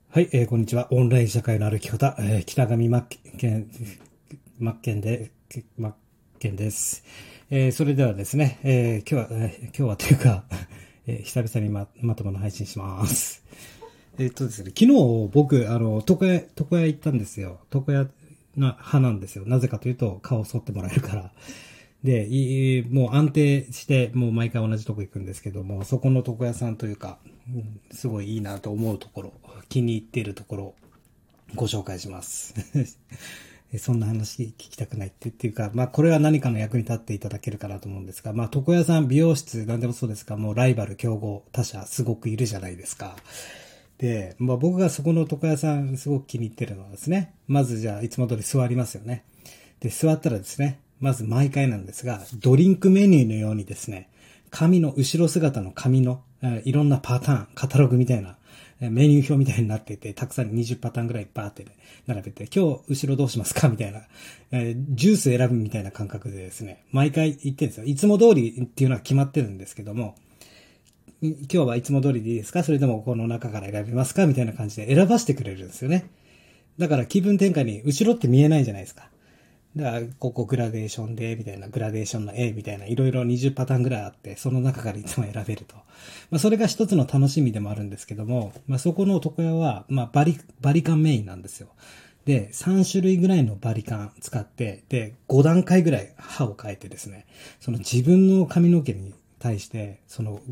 はい、こんにちは。オンライン社会の歩き方、北上マッケンで、マッケンです。それではですね、今日はというか、久々にまともな配信します。ですね、昨日僕、床屋行ったんですよ。床屋な派なんですよ。なぜかというと、顔を剃ってもらえるから。で、もう安定して、もう毎回同じとこ行くんですけども、そこの床屋さんというか、すごいいいなと思うところ、気に入っているところ、ご紹介します。そんな話聞きたくないっていうか、まあこれは何かの役に立っていただけるかなと思うんですが、まあ床屋さん、美容室、何でもそうですが、もうライバル、競合、他社、すごくいるじゃないですか。で、まあ僕がそこの床屋さん、すごく気に入ってるのはですね、まずじゃあいつも通り座りますよね。で、座ったらですね、まず毎回なんですが、ドリンクメニューのようにですね、紙の、後ろ姿の紙の、いろんなパターン、カタログみたいな、メニュー表みたいになっていて、たくさん20パターンぐらいバーって、ね、並べて、今日後ろどうしますかみたいな、ジュース選ぶみたいな感覚でですね、毎回言ってるんですよ。いつも通りっていうのは決まってるんですけども、今日はいつも通りでいいですか、それともこの中から選びますかみたいな感じで選ばせてくれるんですよね。だから気分転換に後ろって見えないじゃないですか。だから、ここグラデーションで、みたいな、グラデーションの A みたいな、いろいろ20パターンぐらいあって、その中からいつも選べると。まあ、それが一つの楽しみでもあるんですけども、まあ、そこの床屋は、まあ、バリカンメインなんですよ。で、3種類ぐらいのバリカン使って、で、5段階ぐらい刃を変えてですね、その自分の髪の毛に対して、その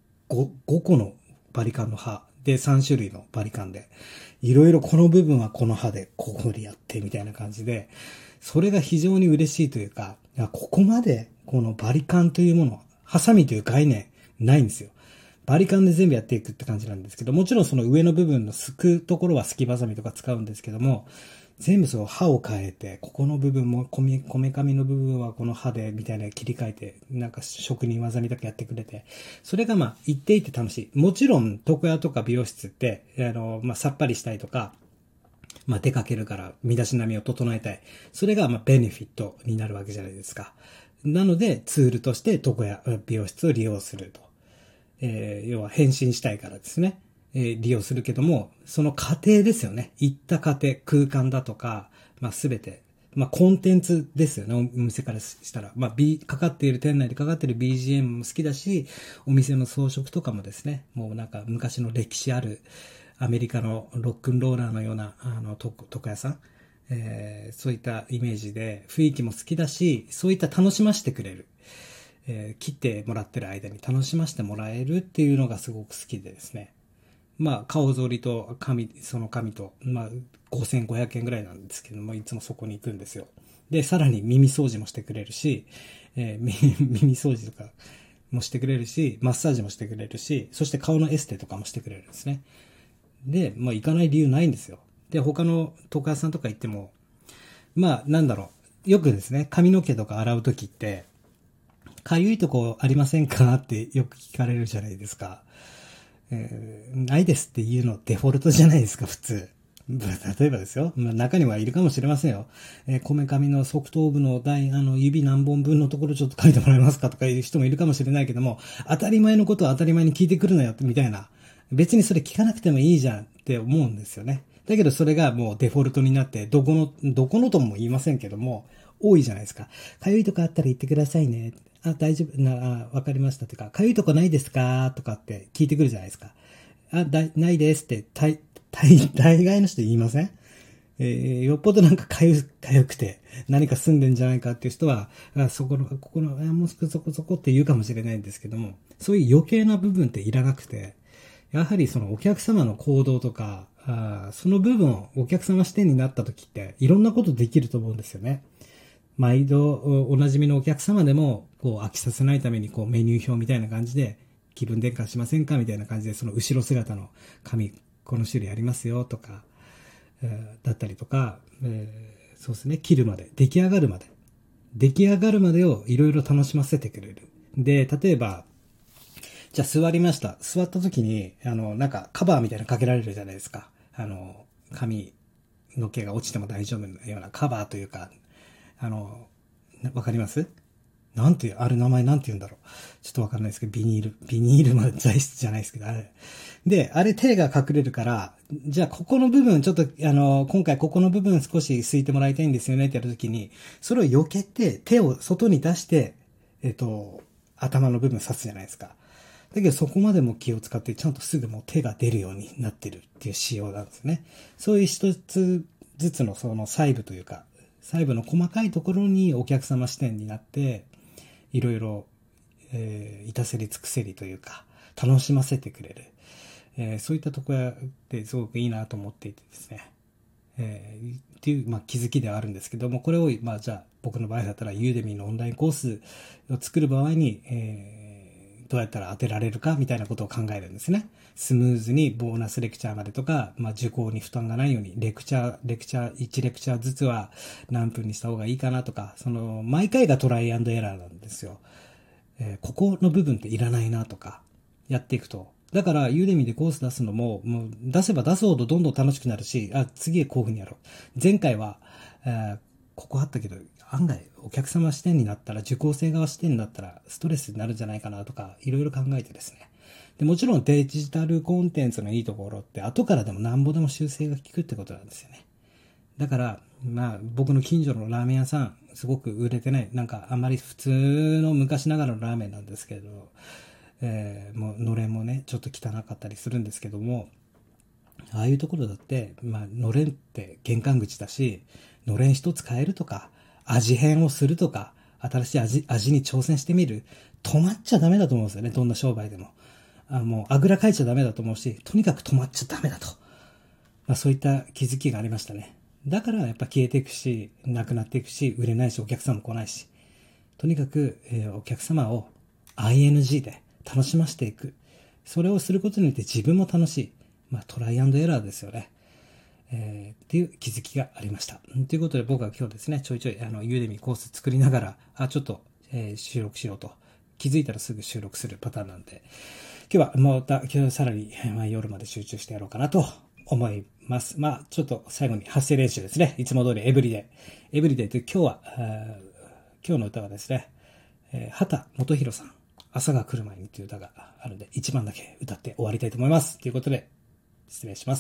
5個のバリカンの刃で3種類のバリカンで、いろいろこの部分はこの刃でここでやってみたいな感じで、それが非常に嬉しいというか、ここまでこのバリカンというもの、ハサミという概念ないんですよ。バリカンで全部やっていくって感じなんですけど、もちろんその上の部分のすくところはすきバサミとか使うんですけども、全部その刃を変えて、ここの部分も、こめかみの部分はこの刃で、みたいな切り替えて、なんか職人技みたくやってくれて、それがまあ、言っていて楽しい。もちろん、床屋とか美容室って、まあ、さっぱりしたいとか、まあ、出かけるから身だしなみを整えたい。それがまあベネフィットになるわけじゃないですか。なので、ツールとして床や美容室を利用すると。要は変身したいからですね。利用するけども、その過程ですよね。行った過程、空間だとか、まあすべて、まあコンテンツですよね。お店からしたら。まあかかっている、店内でかかっている BGM も好きだし、お店の装飾とかもですね、もうなんか昔の歴史ある、アメリカのロックンローラーのような、床屋さん。そういったイメージで雰囲気も好きだし、そういった楽しませてくれる。切ってもらってる間に楽しませてもらえるっていうのがすごく好きでですね。まあ、顔剃りとその髪と、まあ、5500円ぐらいなんですけども、いつもそこに行くんですよ。で、さらに耳掃除もしてくれるし、耳掃除とかもしてくれるし、マッサージもしてくれるし、そして顔のエステとかもしてくれるんですね。で、まあ、行かない理由ないんですよ。で、他の床屋さんとか行っても、まあ、なんだろう。よくですね、髪の毛とか洗うときって、かゆいとこありませんかってよく聞かれるじゃないですか。ないですっていうのデフォルトじゃないですか、普通。例えばですよ。中にはいるかもしれませんよ。こめかみの側頭部の指何本分のところちょっと書いてもらえますかとかいう人もいるかもしれないけども、当たり前のことは当たり前に聞いてくるなよ、みたいな。別にそれ聞かなくてもいいじゃんって思うんですよね。だけどそれがもうデフォルトになって、どこのとも言いませんけども、多いじゃないですか。かゆいとこあったら言ってくださいね。あ、大丈夫わかりましたとか、かゆいとこないですかとかって聞いてくるじゃないですか。ないですって、大概の人言いません？よっぽどなんかかゆくて、何か住んでんじゃないかっていう人は、ここの、もうそこって言うかもしれないんですけども、そういう余計な部分っていらなくて、やはりそのお客様の行動とか、その部分をお客様視点になった時って、いろんなことできると思うんですよね。毎度おなじみのお客様でも、こう飽きさせないためにこうメニュー表みたいな感じで、気分転換しませんかみたいな感じで、その後ろ姿の紙、この種類ありますよとか、だったりとか、そうですね、切るまで、出来上がるまでをいろいろ楽しませてくれる。で、例えば、じゃあ座りました。座った時に、なんかカバーみたいなのかけられるじゃないですか。髪の毛が落ちても大丈夫なようなカバーというか、わかります？ あれ名前なんて言うんだろう。ちょっとわかんないですけど、ビニール材質じゃないですけど、あれ。で、あれ手が隠れるから、じゃあここの部分、ちょっと今回ここの部分少しすいてもらいたいんですよねってやるときに、それを避けて手を外に出して、頭の部分刺すじゃないですか。だけどそこまでも気を使ってちゃんとすぐもう手が出るようになってるっていう仕様なんですね。そういう一つずつのその細部というか、細部の細かいところにお客様視点になって、いろいろ、至せり尽くせりというか、楽しませてくれる。そういったところってすごくいいなと思っていてですね。っていう、気づきではあるんですけども、これを、じゃあ僕の場合だったらユーデミーのオンラインコースを作る場合に、どうやったら当てられるかみたいなことを考えるんですね。スムーズにボーナスレクチャーまでとか、受講に負担がないように、1レクチャーずつは何分にした方がいいかなとか、毎回がトライアンドエラーなんですよ。ここの部分っていらないなとか、やっていくと。だから、ユーデミでコース出すのも、もう出せば出すほどどんどん楽しくなるし、次へこういう風にやろう。前回は、ここあったけど、案外お客様視点になったら、受講生側視点になったらストレスになるんじゃないかなとか、いろいろ考えてですね。で、もちろんデジタルコンテンツのいいところって、後からでもなんぼでも修正が効くってことなんですよね。だから、僕の近所のラーメン屋さん、すごく売れてない、あんまり普通の昔ながらのラーメンなんですけれど、もうのれんもね、ちょっと汚かったりするんですけども、ああいうところだって、のれんって玄関口だし、のれん一つ変えるとか、味変をするとか、新しい味に挑戦してみる。止まっちゃダメだと思うんですよね、どんな商売でも。もうあぐらかいちゃダメだと思うし、とにかく止まっちゃダメだと。そういった気づきがありましたね。だからやっぱ消えていくし、なくなっていくし、売れないし、お客さんも来ないし。とにかく、お客様を ING で楽しませていく。それをすることによって自分も楽しい。トライアンドエラーですよね。っていう気づきがありました。ということで僕は今日ですね、ちょいちょいユーデミコース作りながら、ちょっと、収録しようと。気づいたらすぐ収録するパターンなんで、今日さらに、夜まで集中してやろうかなと思います。ちょっと最後に発声練習ですね。いつも通りエブリデイ。エブリデイという今日の歌はですね、畑元博さん、朝が来る前にという歌があるので、1番だけ歌って終わりたいと思います。ということで、失礼します。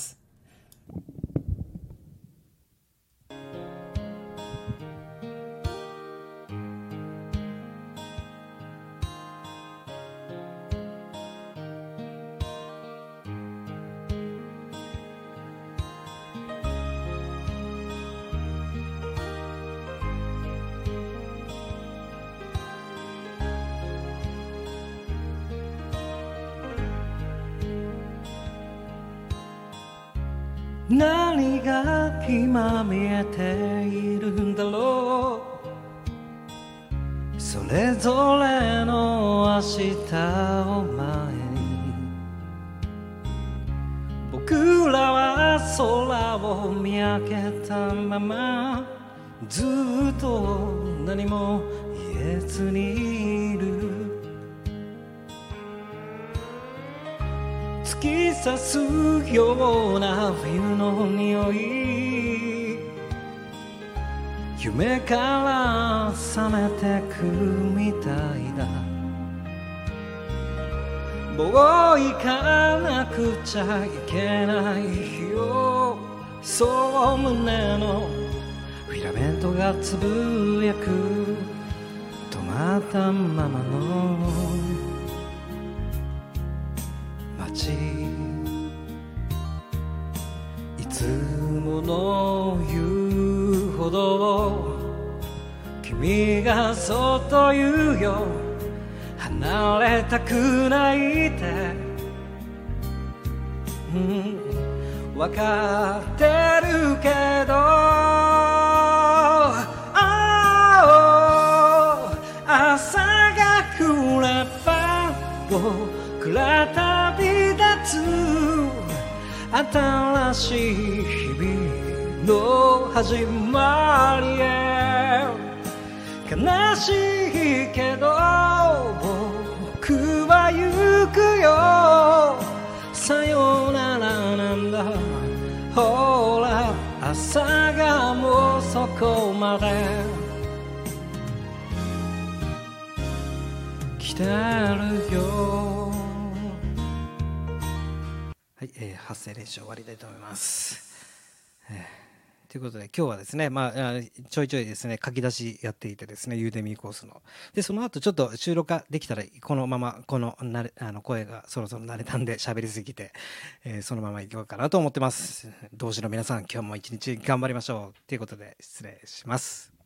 何が今見えているんだろう、それぞれの明日を前に僕らは空を見上げたままずっと何も言えずにいる。突き刺すような冬の匂い、夢から覚めてくみたいだ。もう行かなくちゃいけない日を、そう胸のフィラメントがつぶやく。止まったままの街、いつもの言うほど君がそっと言うよ、離れたくないって、わかってるけど、朝が来れば僕ら旅立つ。新しい日々の始まりへ、悲しいけど僕は行くよ、さよならなんだ。ほら朝がもうそこまで。 してるよ。はい、発声練習終わりたいと思います。ということで今日はですね、ちょいちょいですね書き出しやっていてですね、ユーデミーコースので、その後ちょっと収録ができたらこのままこの声がそろそろ慣れたんで喋りすぎて、そのままいこうかなと思ってます。同志の皆さん、今日も一日頑張りましょうということで失礼します。